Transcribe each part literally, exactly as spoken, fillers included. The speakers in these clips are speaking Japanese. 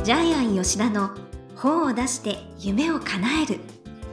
ジャイアン吉田の本を出して夢を叶える。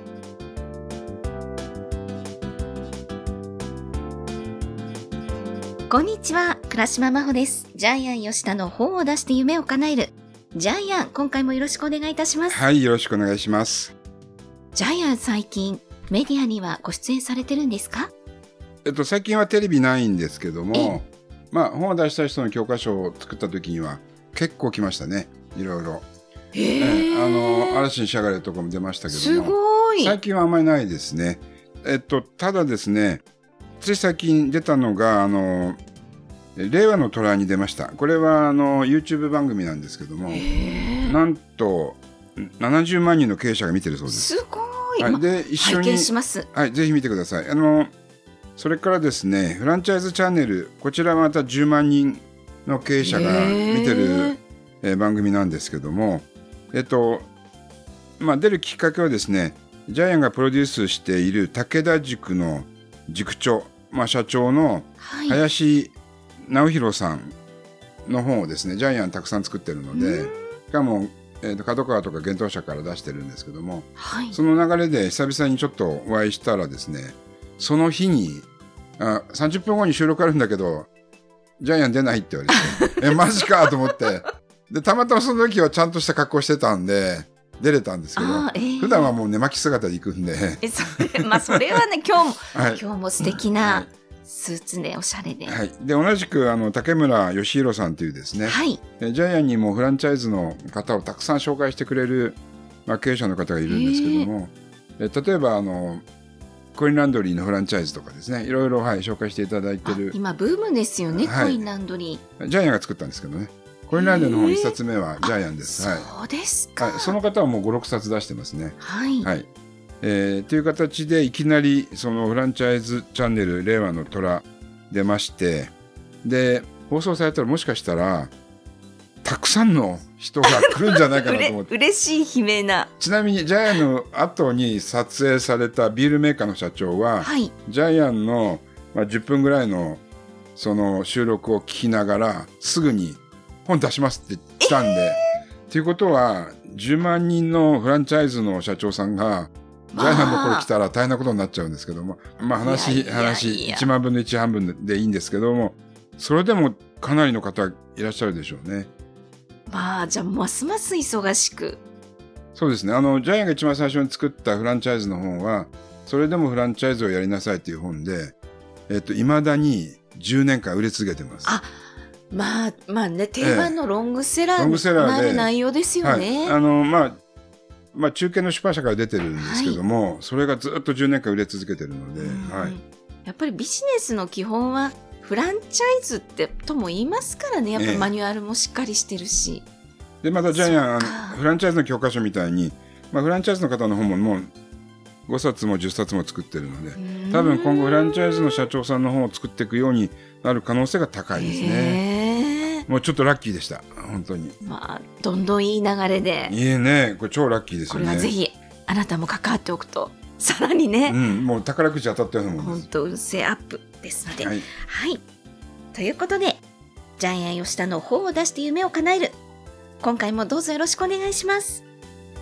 こんにちは、倉島真帆です。ジャイアン吉田の本を出して夢を叶える。ジャイアン、今回もよろしくお願いいたします。 はい、よろしくお願いします。 ジャイアン、最近メディアにはご出演されてるんですか？ えっと最近はテレビないんですけども、まあ本を出した人の教科書を作った時には結構来ましたね。いろいろ。 へー、 あの嵐にしやがれとかも出ましたけども、 すごい。 最近はあんまりないですね。えっとただですね、つい最近出たのがあの令和の虎に出ました。これはあの YouTube 番組なんですけども、なんとななじゅうまんにんの経営者が見てるそうです。 すごい。 はい、で一緒に拝見します。はい、 ぜひ見てください。あのそれからですね、フランチャイズチャンネル、こちらはまたじゅうまんにんの経営者が見てる、えー、番組なんですけども、えっとまあ、出るきっかけはですね、ジャイアンがプロデュースしている武田塾の塾長、まあ、社長の林直弘さんの本をですね、ジャイアンたくさん作ってるので、しかも、えー、と角川とか幻冬舎から出してるんですけども、はい、その流れで久々にちょっとお会いしたらですね、その日にあさんじゅっぷんごに収録あるんだけどジャイアン出ないって言われてえマジかと思って、でたまたまその時はちゃんとした格好してたんで出れたんですけど、えー、普段はもう寝巻き姿で行くんで、 え そ, れ、まあ、それはね今日も、はい、今日も素敵なスーツでおしゃれで、 はい、で同じくあの竹村義弘さんというですね、はい、ジャイアンにもフランチャイズの方をたくさん紹介してくれる、まあ、経営者の方がいるんですけども、えー、例えばあのコインランドリーのフランチャイズとかですね、いろいろ、はい、紹介していただいてる。 今ブームですよね、はい、コインランドリージャイアンが作ったんですけどね、コインランドリーの本いっさつめはジャイアンです。はい、 そうですか、 はい、その方はもうごろくさつ出してますね。 はい、 はい、えー、という形でいきなりそのフランチャイズチャンネル令和の虎出まして、で放送されたらもしかしたらたくさんの人が来るんじゃないかなと思ってうれ嬉しい悲鳴な。 ちなみにジャイアンの後に撮影されたビールメーカーの社長は、はい、ジャイアンの、まあ、じゅっぷんぐらいのその収録を聞きながらすぐに本出しますって来たんで、えー、ということはじゅうまんにんのフランチャイズの社長さんがジャイアンのところ来たら大変なことになっちゃうんですけども、まあ話、いやいやいや話いちまんぶんのいち半分でいいんですけども、それでもかなりの方いらっしゃるでしょうね。 まあじゃあますます忙しく。 そうですね、あのジャイアンが一番最初に作ったフランチャイズの本はそれでもフランチャイズをやりなさいという本で、えっと、未だにじゅうねんかん売れ続けてます。あ、 まあまあね、定番のロングセラーになる内容ですよね。 はい、あのまあまあ、中堅の出版社から出てるんですけども、はい、それがずっとじゅうねんかん売れ続けてるので、はい、 やっぱりビジネスの基本はフランチャイズってとも言いますからね。やっぱりマニュアルもしっかりしてるし、 ええ、でまたジャイアンフランチャイズの教科書みたいに、まあ、フランチャイズの方の本ももうごさつもじゅっさつも作ってるので、多分今後フランチャイズの社長さんの本を作っていくようになる可能性が高いですね。もうちょっとラッキーでした本当に。 まあどんどんいい流れで。 いいね、これ超ラッキーですよね。 これはぜひあなたも関わっておくとさらにね、 うん、もう宝くじ当たったようなもんです。 本当運勢アップですので、 はい、 はい、ということでジャイアン吉田の本を出して夢を叶える、今回もどうぞよろしくお願いします。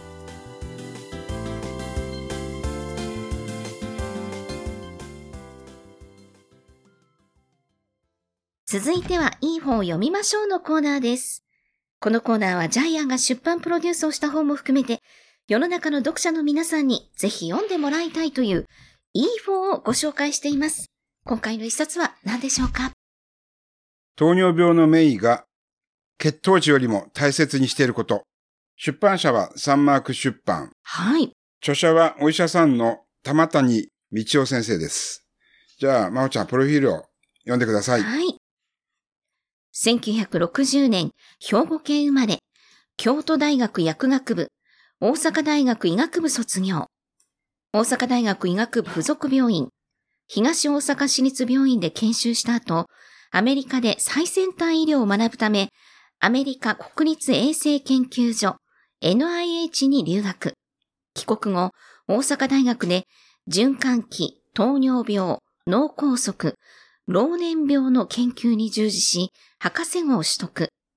続いてはいい本を読みましょうのコーナーです。このコーナーはジャイアンが出版プロデュースをした本も含めて世の中の読者の皆さんにぜひ読んでもらいたいといういい本をご紹介しています。今回の一冊は何でしょうか？ 糖尿病の名医が血糖値よりも大切にしていること。出版社はサンマーク出版。 はい。 著者はお医者さんの玉谷道夫先生です。じゃあ、真央ちゃん、プロフィールを読んでください。 はい。せんきゅうひゃくろくじゅうねん、兵庫県生まれ、京都大学薬学部、大阪大学医学部卒業。大阪大学医学部附属病院、東大阪市立病院で研修した後、アメリカで最先端医療を学ぶため、アメリカ国立衛生研究所 エヌアイエイチ に留学。帰国後、大阪大学で循環器、糖尿病、脳梗塞、老年病の研究に従事し、博士号を取得。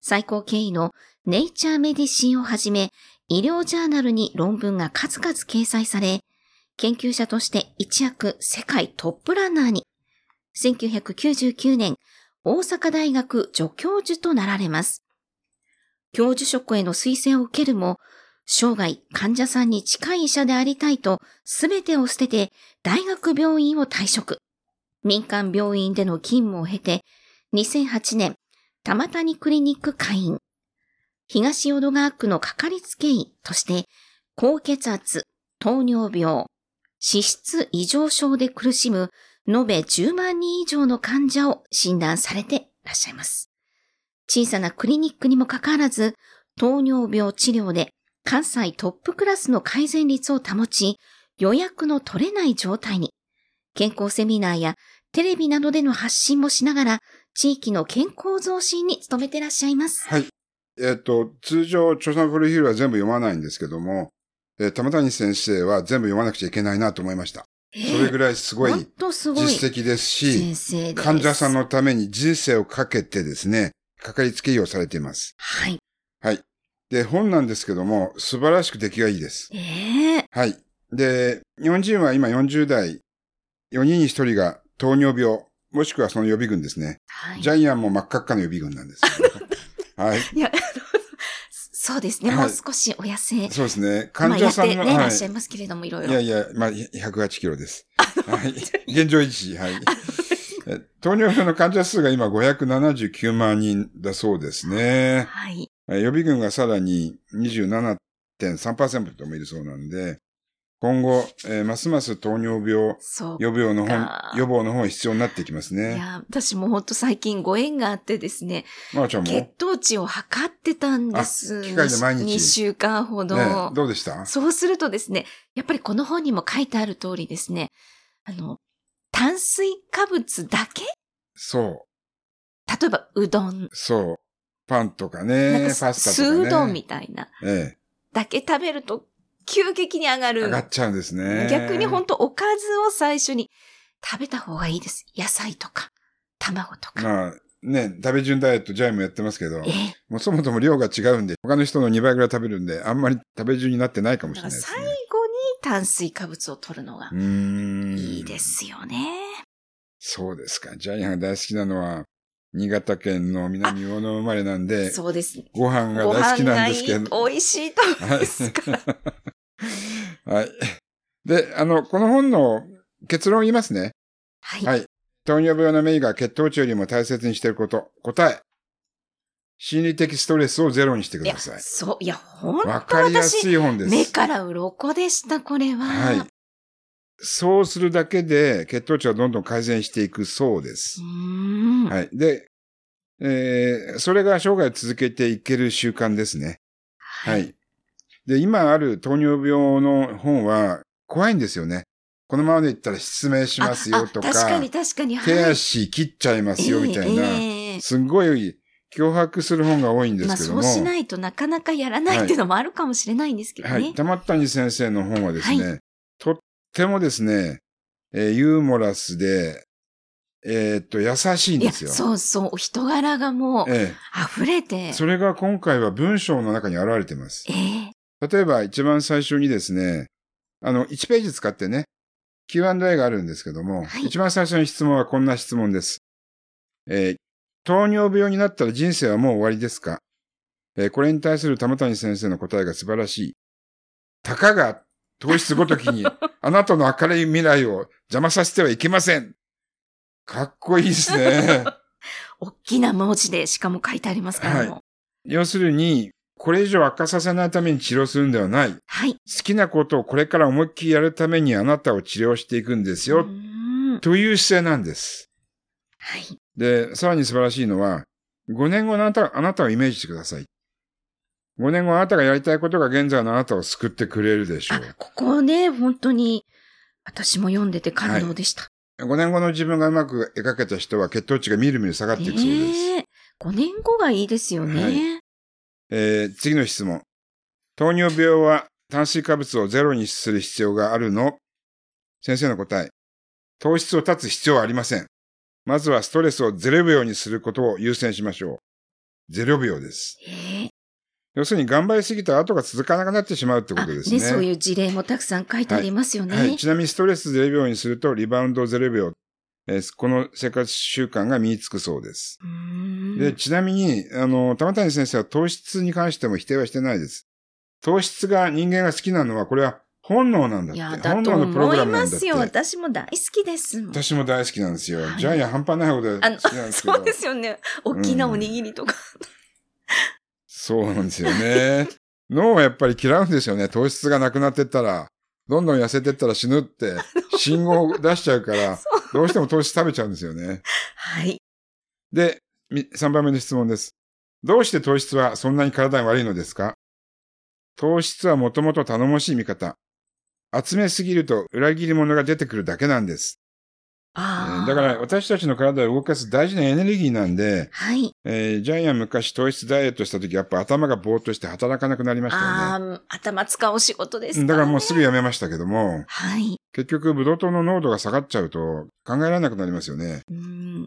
最高権威のネイチャーメディシンをはじめ、医療ジャーナルに論文が数々掲載され、研究者として一躍世界トップランナーに、せんきゅうひゃくきゅうじゅうきゅうねん、大阪大学助教授となられます。教授職への推薦を受けるも、生涯患者さんに近い医者でありたいと全てを捨てて大学病院を退職。民間病院での勤務を経て、にせんはちねん、玉谷クリニック開院。東淀川区のかかりつけ医として、高血圧、糖尿病、脂質異常症で苦しむ延べじゅうまんにん以上の患者を診断されていらっしゃいます。小さなクリニックにもかかわらず、糖尿病治療で関西トップクラスの改善率を保ち、予約の取れない状態に、健康セミナーやテレビなどでの発信もしながら、地域の健康増進に努めていらっしゃいます。 はい。えっと、通常、著者のプロフィールは全部読まないんですけども、えー、玉谷先生は全部読まなくちゃいけないなと思いました。えー、それぐらいすごい実績ですし、 す患者さんのために人生をかけてですね、かかりつけ医をされています。 はい。 はい。で、本なんですけども、素晴らしく出来がいいです。 ええー。 はい。で、日本人は今よんじゅう代、よにんにひとりが糖尿病、もしくはその予備軍ですね。 はい。 ジャイアンも真っ赤っかの予備軍なんです。はい。 いや、そうですね、はい。もう少しお痩せ。 そうですね。患者さんの。 まあ、やってね、はい、いらっしゃいますけれども、いろいろ。 いやいや、まあ、ひゃくはちキロです。はい。現状維持、はい。糖尿病の患者数が今ごひゃくななじゅうきゅうまんにんだそうですね。 はい。 予備軍がさらに にじゅうななてんさんパーセント もいるそうなんで、今後、えー、ますます糖尿病予防の本、予防の方が必要になってきますね。 いや、私も本当最近ご縁があってですね。 まあちゃんも血糖値を測ってたんです。 機械で毎日。 にしゅうかんほど、 ね。どうでした？ そうするとですね、やっぱりこの本にも書いてある通りですね、あの、炭水化物だけ？ そう。 例えば、うどん。 そう。パンとかね、パスタとかね。 酢うどんみたいな。 ええ。 だけ食べると、急激に上がる。 上がっちゃうんですね。 逆に本当おかずを最初に食べた方がいいです。野菜とか、卵とか。 まあね、食べ順ダイエット、ジャイもやってますけど、 ええ、 もうそもそも量が違うんで、他の人のにばいぐらい食べるんで、あんまり食べ順になってないかもしれないですね。 最後に炭水化物を取るのがいいですよね。 そうですか。ジャイアンが大好きなのは、新潟県の南魚沼生まれなんで、 そうです。 ご飯が大好きなんですけど。 ご飯がいい、美味しいと思いますから。 はい。で、あの、この本の結論を言いますね。 はい。 はい。糖尿病のメイが血糖値よりも大切にしていること。答え。心理的ストレスをゼロにしてください。 いや、そう、いや、ほんとわかりやすい本です。 目から鱗でした、これは。 はい。そうするだけで血糖値はどんどん改善していくそうです。 うーん。 はい。で、えー、それが生涯続けていける習慣ですね。 はい。 はい。で、今ある糖尿病の本は怖いんですよね。このままでいったら失明しますよとか、 確かに確かに、はい、 手足切っちゃいますよみたいな、えーえー、すごい脅迫する本が多いんですけども。 まあそうしないとなかなかやらないっていうのもあるかもしれないんですけどね。 はい。はい、玉谷先生の本はですね、はい、とってもですね、えー、ユーモラスで、えー、っと、優しいんですよ。 いや、そうそう、お人柄がもう、えー、溢れて。 それが今回は文章の中に現れています。 えー、 例えば一番最初にですね、あの、いちページ使ってね、キューアンドエー があるんですけども、はい、一番最初の質問はこんな質問です。えー、糖尿病になったら人生はもう終わりですか？えー、これに対する玉谷先生の答えが素晴らしい。たかが糖質ごときにあなたの明るい未来を邪魔させてはいけません。かっこいいですね。 大きな文字でしかも書いてありますからも、 はい。要するに、これ以上悪化させないために治療するんではない。 はい。 好きなことをこれから思いっきりやるためにあなたを治療していくんですよ。という姿勢なんです。 はい。 で、さらに素晴らしいのは、ごねんごのあなた、あなたをイメージしてください。ごねんごあなたがやりたいことが現在のあなたを救ってくれるでしょう。 あ、ここね、本当に私も読んでて感動でした。はいごねんごの自分がうまく描けた人は血糖値がみるみる下がっていくそうです。 えー、ごねんごがいいですよね。はい、 えー、次の質問。糖尿病は炭水化物をゼロにする必要があるの？先生の答え。糖質を断つ必要はありません。まずはストレスをゼロ秒にすることを優先しましょう。 ゼロびょうです。 えー、 要するに頑張りすぎたら後が続かなくなってしまうってことですね。 ね、そういう事例もたくさん書いてありますよね。 はいはい、ちなみにストレスゼロびょうにするとリバウンドゼロびょう。えー、この生活習慣が身につくそうです。 うーん、 で、ちなみに、あの、玉谷先生は糖質に関しても否定はしてないです。糖質が人間が好きなのは、これは本能なんだって。 いや、だと思いますよ。私も大好きですもん。 私も大好きなんですよ。 はい、 ジャイアン半端ないほど好きなんですけど。 そうですよね。大きなおにぎりとか。うん、 そうなんですよね。脳はやっぱり嫌うんですよね。糖質がなくなってったら、どんどん痩せてったら死ぬって信号を出しちゃうから、どうしても糖質食べちゃうんですよね。 はい。 で、さんばんめの質問です。どうして糖質はそんなに体に悪いのですか？糖質はもともと頼もしい味方。集めすぎると裏切り者が出てくるだけなんです。 あ、 だから私たちの体を動かす大事なエネルギーなんで、 はい、 えー、ジャイアン昔糖質ダイエットした時やっぱ頭がぼーっとして働かなくなりましたよね。 ああ、頭使うお仕事ですかね。 だからもうすぐやめましたけども、 はい、 結局ブドウ糖の濃度が下がっちゃうと考えられなくなりますよね。 うん、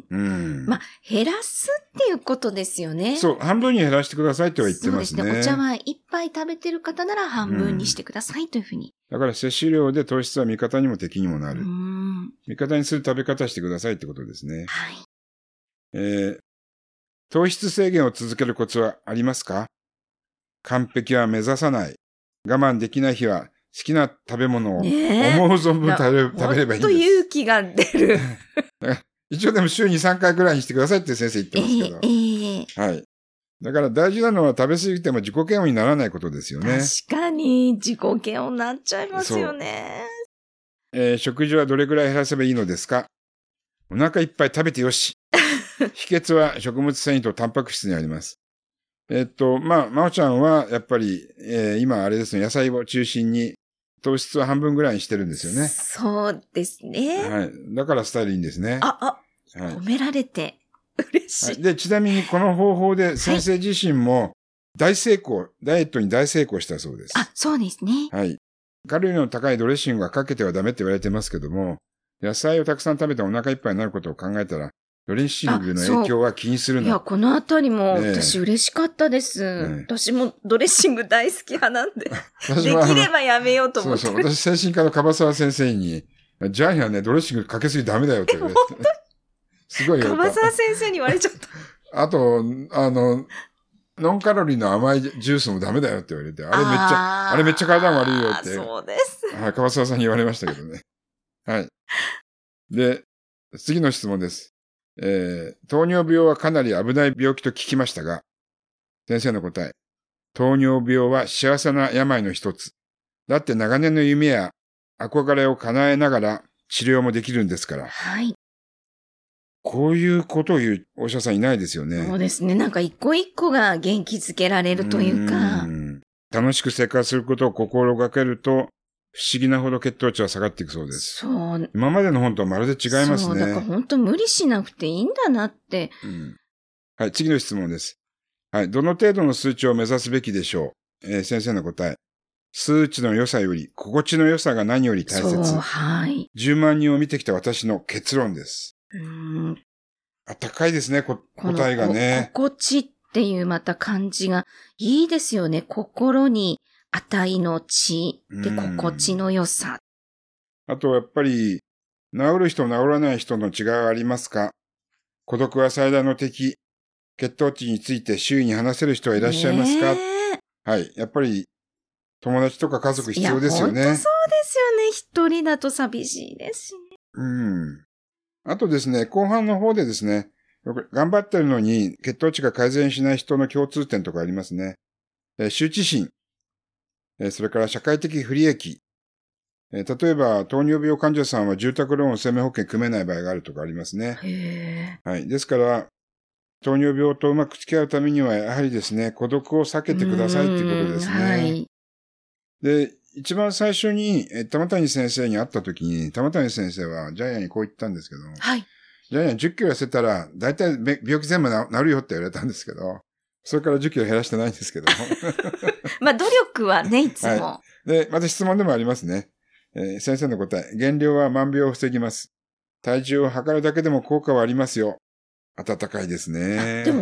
うん。 まあ、減らすっていうことですよね。 そう、半分に減らしてくださいとは言ってますね。 そうですね。お茶碗一杯食べてる方なら半分にしてくださいというふうに。 だから摂取量で糖質は味方にも敵にもなる。 うん、 味方にする食べ方してくださいってことですね。 はい。 えー、糖質制限を続けるコツはありますか？完璧は目指さない。我慢できない日は好きな食べ物を思う存分食べればいいんです。 ほんと勇気が出る。 一応でも週にさんかいくらいにしてくださいって先生言ってますけど。 えーえー、 はい。だから大事なのは食べ過ぎても自己嫌悪にならないことですよね。 確かに自己嫌悪になっちゃいますよね。 えー、食事はどれくらい減らせばいいのですか？お腹いっぱい食べてよし。秘訣は食物繊維とタンパク質にあります。えー、っと、まあ、まおちゃんはやっぱり、えー、今あれですね、野菜を中心に糖質は半分ぐらいにしてるんですよね。 そうですね。 はい。だからスタイルいいんですね。 あ、あ、はい、褒められて嬉しい、はい。 で、ちなみにこの方法で先生自身も大成功、はい、ダイエットに大成功したそうです。 あ、そうですね。 はい。カロリーの高いドレッシングはかけてはダメって言われてますけども、野菜をたくさん食べてお腹いっぱいになることを考えたら、ドレッシングの影響は気にするな。 いや、このあたりも私嬉しかったです。ね、私もドレッシング大好き派なんで。できればやめようと思って。 そうそう。私、精神科の樺沢先生に、ジャイアンね、ドレッシングかけすぎダメだよって言われて。すごい言われた。 樺沢先生に言われちゃった。 あと、あの、ノンカロリーの甘いジュースもダメだよって言われて、あれめっちゃ、あれめっちゃ体悪いよって。 そうです。 はい、樺沢さんに言われましたけどね。はい。で、次の質問です。えー、糖尿病はかなり危ない病気と聞きましたが、先生の答え。糖尿病は幸せな病の一つ。だって長年の夢や憧れを叶えながら治療もできるんですから。 はい。 こういうことを言うお医者さんいないですよね。 そうですね。なんか一個一個が元気づけられるというか。 うん楽しく生活することを心がけると、不思議なほど血糖値は下がっていくそうです。 そう。 今までの本とはまるで違いますね。 そう、だから本当無理しなくていいんだなって、 うん。はい、次の質問です。はい、どの程度の数値を目指すべきでしょう？えー、先生の答え。数値の良さより、心地の良さが何より大切。 そう、はい。 じゅうまん人を見てきた私の結論です。 うーん。 あったかいですね、こ答えがね。 心地っていうまた漢字がいいですよね。心に値の地で心地の良さ。 あとやっぱり、治る人治らない人の違いはありますか？孤独は最大の敵。血糖値について周囲に話せる人はいらっしゃいますか？はい。やっぱり、友達とか家族必要ですよね。 いや、本当そうですよね。一人だと寂しいですしね。 うん。あとですね、後半の方でですね、頑張ってるのに血糖値が改善しない人の共通点とかありますね。えー、羞恥心、えー、それから社会的不利益、えー、例えば糖尿病患者さんは住宅ローン生命保険組めない場合があるとかありますね。 へはい。ですから、糖尿病とうまく付き合うためにはやはりですね、孤独を避けてくださいっていうことですね。はい。で、一番最初に、えー、玉谷先生に会った時に、玉谷先生はジャイアンにこう言ったんですけど、 はい。 ジャイアンじゅっキロ痩せたら、だいたい病気全部治るよって言われたんですけど、それからじゅっキロ減らしてないんですけど。 まあ、努力はね、いつも。 はい、で、また質問でもありますね。えー、先生の答え。減量は万病を防ぎます。体重を測るだけでも効果はありますよ。暖かいですね。 でも本当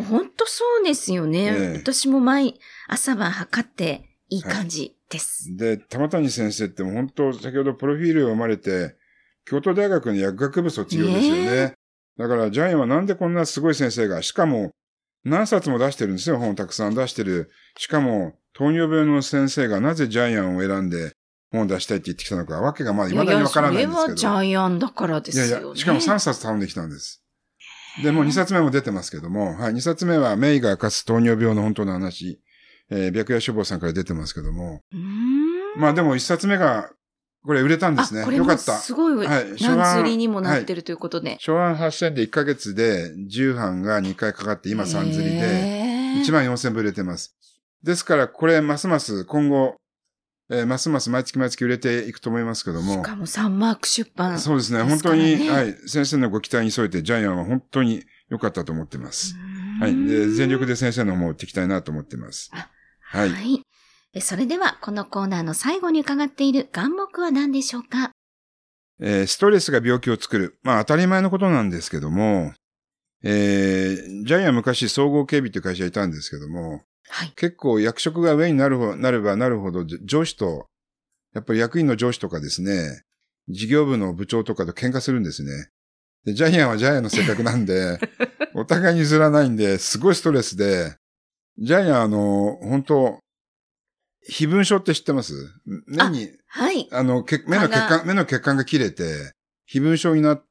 そうですよね。 ええ、 私も毎朝晩測っていい感じです。 はい、で、玉谷先生っても本当、先ほどプロフィールを読まれて、京都大学の薬学部卒業ですよね。ね、だからジャイアンはなんでこんなすごい先生が、しかも何冊も出してるんですよ、本をたくさん出してる。しかも糖尿病の先生がなぜジャイアンを選んで本を出したいって言ってきたのか、わけがまだ未だにわからないんですけど。いやいや、それはジャイアンだからですよね。いやいや、 しかもさんさつ頼んできたんです。で、もうにさつめも出てますけども、はい、にさつめはメイが明かす糖尿病の本当の話、えー、白夜書房さんから出てますけども。 うーん、 まあでもいっさつめが、これ売れたんですね。 これもよかった。 すごい、はい、何釣りにもなってるということで。 初版はっせんでいっかげつでじゅうはんがにかいかかって今さん釣りでいちまんよんせんぶ売れてます。ですからこれますます今後、えー、ますます毎月毎月売れていくと思いますけども。 しかもサンマーク出版、ね。 そうですね。本当に、はい。先生のご期待に添えてジャイアンは本当に良かったと思ってます。はい。で、全力で先生の方も追っていきたいなと思ってます。 はい。はい。それでは、このコーナーの最後に伺っている眼目は何でしょうか？ えー、ストレスが病気を作る。まあ当たり前のことなんですけども、えー、ジャイアンは昔総合警備という会社にいたんですけども、 はい、 結構役職が上になるなればなるほど上司と、やっぱり役員の上司とかですね、事業部の部長とかと喧嘩するんですね。で、ジャイアンはジャイアンの性格なんで、お互いに譲らないんで、すごいストレスで、ジャイアンあの、本当飛蚊症って知ってます？目に、 あ、はい。 あの、目の血管、目の血管が切れて、飛蚊症になって、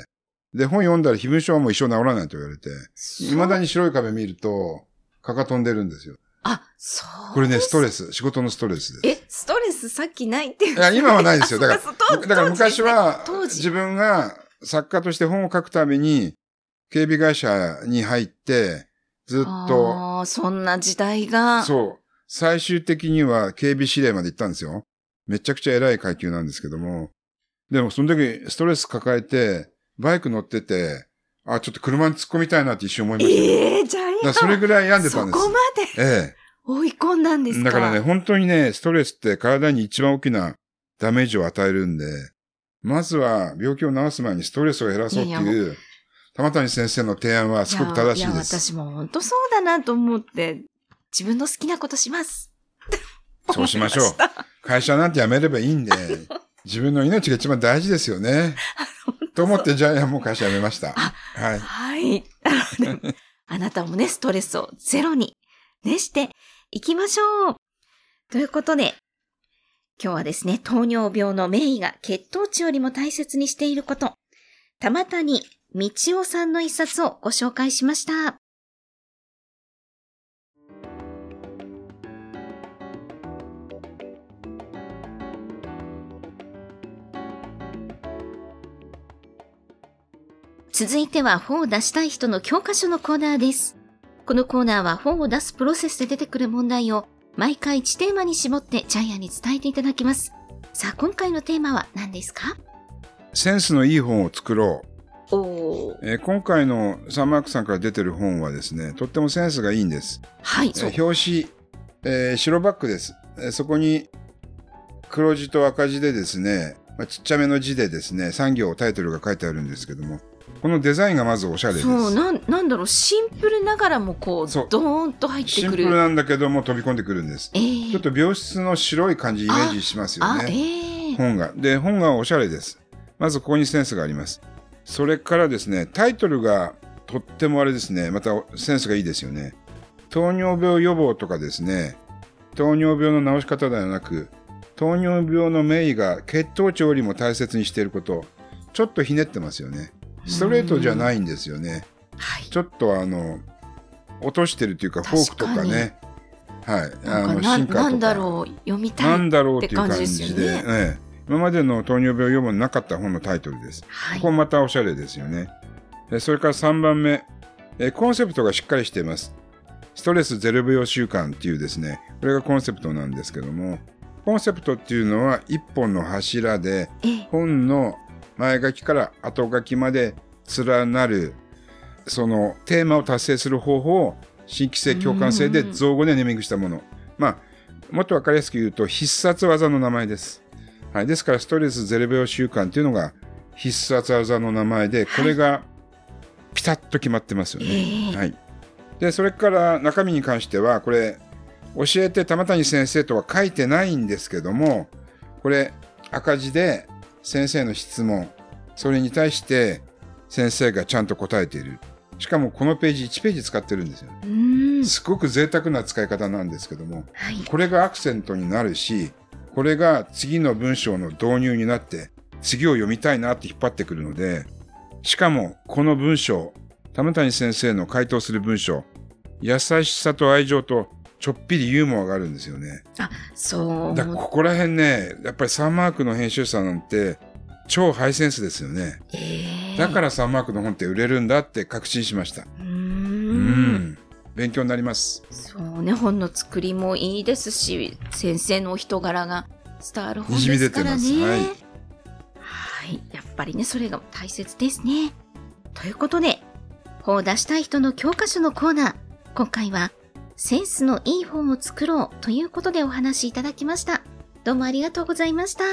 で、本読んだら飛蚊症はもう一生治らないと言われて、未だに白い壁見ると、蚊が飛んでるんですよ。 あ、そう。 これね、ストレス、仕事のストレスです。え、ストレスさっきないっていう。 いや、今はないですよ。だから、だから昔は、自分が作家として本を書くために、警備会社に入って、ずっと。 ああ、そんな時代が。 そう。最終的には警備司令まで行ったんですよ。めちゃくちゃ偉い階級なんですけども。でもその時ストレス抱えて、バイク乗ってて、あ、ちょっと車に突っ込みたいなって一瞬思いました、ね。 ええー、ジャイアン。だからそれぐらい病んでたんです。 そこまで。ええ。追い込んだんですか？ だからね、本当にね、ストレスって体に一番大きなダメージを与えるんで、まずは病気を治す前にストレスを減らそうっていう、いやいや玉谷先生の提案はすごく正しいです。いや、いや私も本当そうだなと思って、自分の好きなことします。 そうしましょう。会社なんて辞めればいいんで、自分の命が一番大事ですよね。と思ってジャイアンも会社辞めました。はい。 はい。あなたもね、ストレスをゼロに、ね、していきましょう。ということで、今日はですね、糖尿病の名医が血糖値よりも大切にしていること、玉谷道夫さんの一冊をご紹介しました。続いては本を出したい人の教科書のコーナーです。このコーナーは本を出すプロセスで出てくる問題を毎回いちテーマに絞ってジャイアンに伝えていただきます。さあ、今回のテーマは何ですか？ センスのいい本を作ろう。おー、 えー、今回のサンマークさんから出てる本はですね、とってもセンスがいいんです。 はい。 えー、表紙、えー、白バックです。えー、そこに黒字と赤字でですね、まあ、ちっちゃめの字でですね、さん行タイトルが書いてあるんですけども、このデザインがまずおしゃれです。 そう、な、なんだろう、シンプルながらもこう、ドーンと入ってくる。 シンプルなんだけども飛び込んでくるんです。 えー、 ちょっと病室の白い感じイメージしますよね。 あ、えー、 本が。で、本がおしゃれです。まずここにセンスがあります。それからですね、タイトルがとってもあれですね、またセンスがいいですよね。糖尿病予防とかですね、糖尿病の治し方ではなく、糖尿病の名医が血糖値よりも大切にしていること、ちょっとひねってますよね。ストレートじゃないんですよね。 はい、 ちょっとあの落としてるというかフォークとかね、はい、 あの進化とかなんだろう読みたいって感じですよね。 なんだろうっていう感じで、ね、今までの糖尿病予防になかった本のタイトルです。はい、ここまたおしゃれですよね。それからさんばんめ、コンセプトがしっかりしています。ストレスゼロ病習慣っていうですね、これがコンセプトなんですけども、コンセプトっていうのは一本の柱で本の前書きから後書きまで連なるそのテーマを達成する方法を新規性共感性で造語でネーミングしたもの。まあもっと分かりやすく言うと必殺技の名前です。はい、ですからストレスゼロ病習慣っていうのが必殺技の名前で、これがピタッと決まってますよね。 えー、 はい。 でそれから中身に関してはこれ教えて玉谷先生とは書いてないんですけども、これ赤字で先生の質問、それに対して先生がちゃんと答えている。しかもこのページいちページ使ってるんですよ。 うーん、 すごく贅沢な使い方なんですけども、 はい、 これがアクセントになるし、これが次の文章の導入になって次を読みたいなって引っ張ってくるので、しかもこの文章、玉谷先生の回答する文章、優しさと愛情とちょっぴりユーモアがあるんですよね。 あ、そうだからここら辺ね、やっぱりサンマークの編集者なんて超ハイセンスですよね。 えー、 だからサンマークの本って売れるんだって確信しました。 うーん、 うん勉強になります。 そうね、本の作りもいいですし、先生のお人柄が伝わる本にじみ出てます。 ですからね。 はい。 はい、やっぱりね、それが大切ですね。ということで、本を出したい人の教科書のコーナー、今回はセンスのいい本を作ろうということでお話しいただきました。どうもありがとうございました。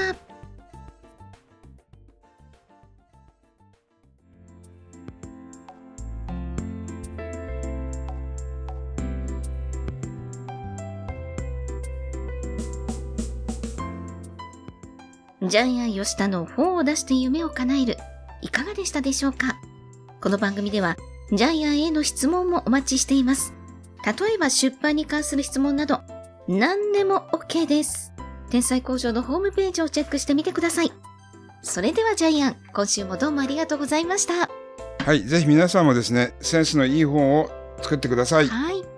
ジャイアン吉田の本を出して夢を叶える、いかがでしたでしょうか。この番組ではジャイアンへの質問もお待ちしています。例えば出版に関する質問など何でも OK です。天才工場のホームページをチェックしてみてください。それではジャイアン、今週もどうもありがとうございました。 はい、ぜひ皆さんもですね、センスのいい本を作ってください。 はい。